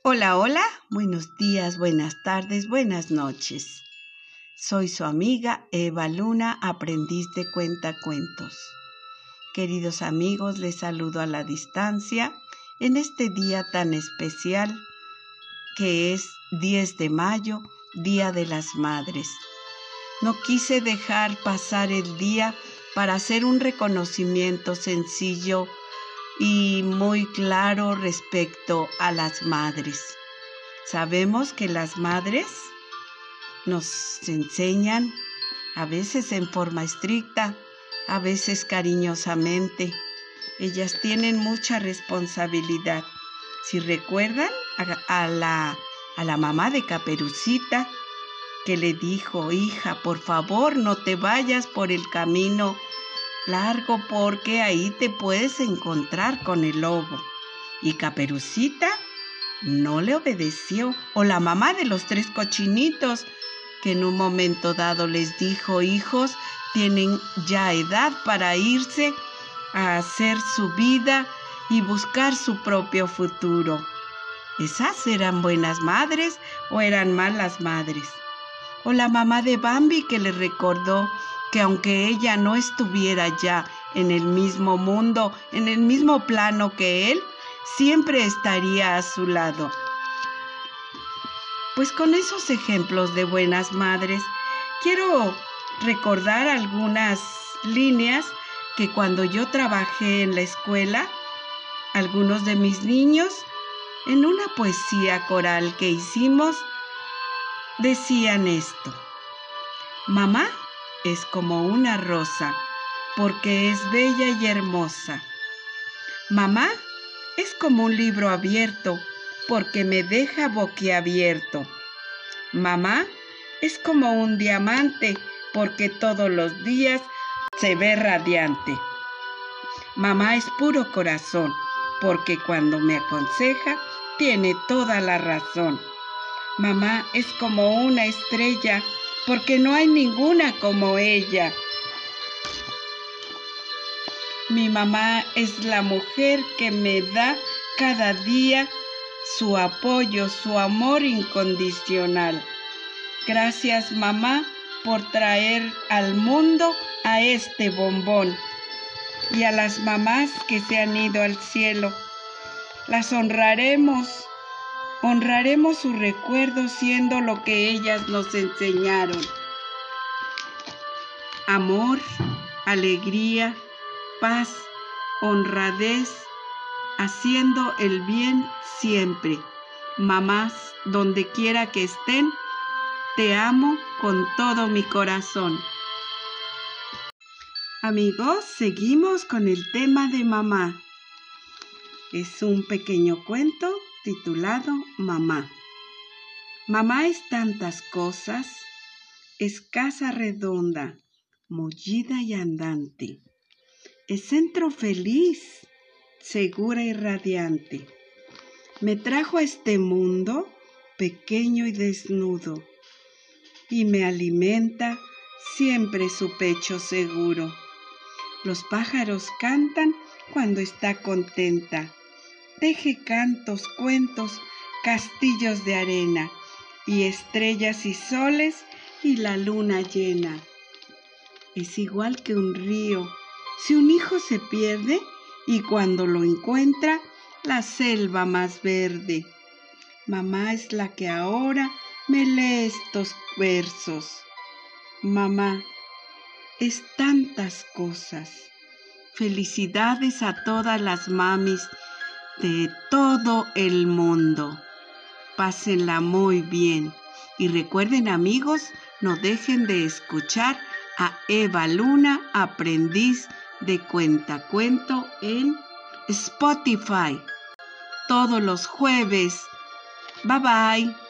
Hola, hola, buenos días, buenas tardes, buenas noches. Soy su amiga Eva Luna, aprendiz de cuentacuentos. Queridos amigos, les saludo a la distancia en este día tan especial que es 10 de mayo, Día de las Madres. No quise dejar pasar el día para hacer un reconocimiento sencillo y muy claro respecto a las madres. Sabemos que las madres nos enseñan, a veces en forma estricta, a veces cariñosamente. Ellas tienen mucha responsabilidad. Si recuerdan a la mamá de Caperucita, que le dijo: hija, por favor, no te vayas por el camino largo porque ahí te puedes encontrar con el lobo. Y Caperucita no le obedeció. O la mamá de los 3 cochinitos, que en un momento dado les dijo: hijos, tienen ya edad para irse a hacer su vida y buscar su propio futuro. ¿Esas eran buenas madres o eran malas madres? O la mamá de Bambi, que le recordó que aunque ella no estuviera ya en el mismo mundo, en el mismo plano que él, siempre estaría a su lado. Pues con esos ejemplos de buenas madres, quiero recordar algunas líneas que cuando yo trabajé en la escuela, algunos de mis niños, en una poesía coral que hicimos, decían esto: mamá es como una rosa, porque es bella y hermosa. Mamá es como un libro abierto, porque me deja boquiabierto. Mamá es como un diamante, porque todos los días se ve radiante. Mamá es puro corazón, porque cuando me aconseja, tiene toda la razón. Mamá es como una estrella, porque no hay ninguna como ella. Mi mamá es la mujer que me da cada día su apoyo, su amor incondicional. Gracias, mamá, por traer al mundo a este bombón. Y a las mamás que se han ido al cielo, las honraremos su recuerdo siendo lo que ellas nos enseñaron: amor, alegría, paz, honradez, haciendo el bien siempre. Mamás, donde quiera que estén, te amo con todo mi corazón. Amigos, seguimos con el tema de mamá. Es un pequeño cuento titulado Mamá. Mamá es tantas cosas: es casa redonda, mullida y andante. Es centro feliz, segura y radiante. Me trajo a este mundo pequeño y desnudo, y me alimenta siempre su pecho seguro. Los pájaros cantan cuando está contenta. Teje cantos, cuentos, castillos de arena, y estrellas y soles y la luna llena. Es igual que un río. Si un hijo se pierde, y cuando lo encuentra, la selva más verde. Mamá es la que ahora me lee estos versos. Mamá es tantas cosas. Felicidades a todas las mamis de todo el mundo. Pásenla muy bien. Y recuerden, amigos, no dejen de escuchar a Eva Luna, aprendiz de cuentacuento, en Spotify todos los jueves. Bye bye.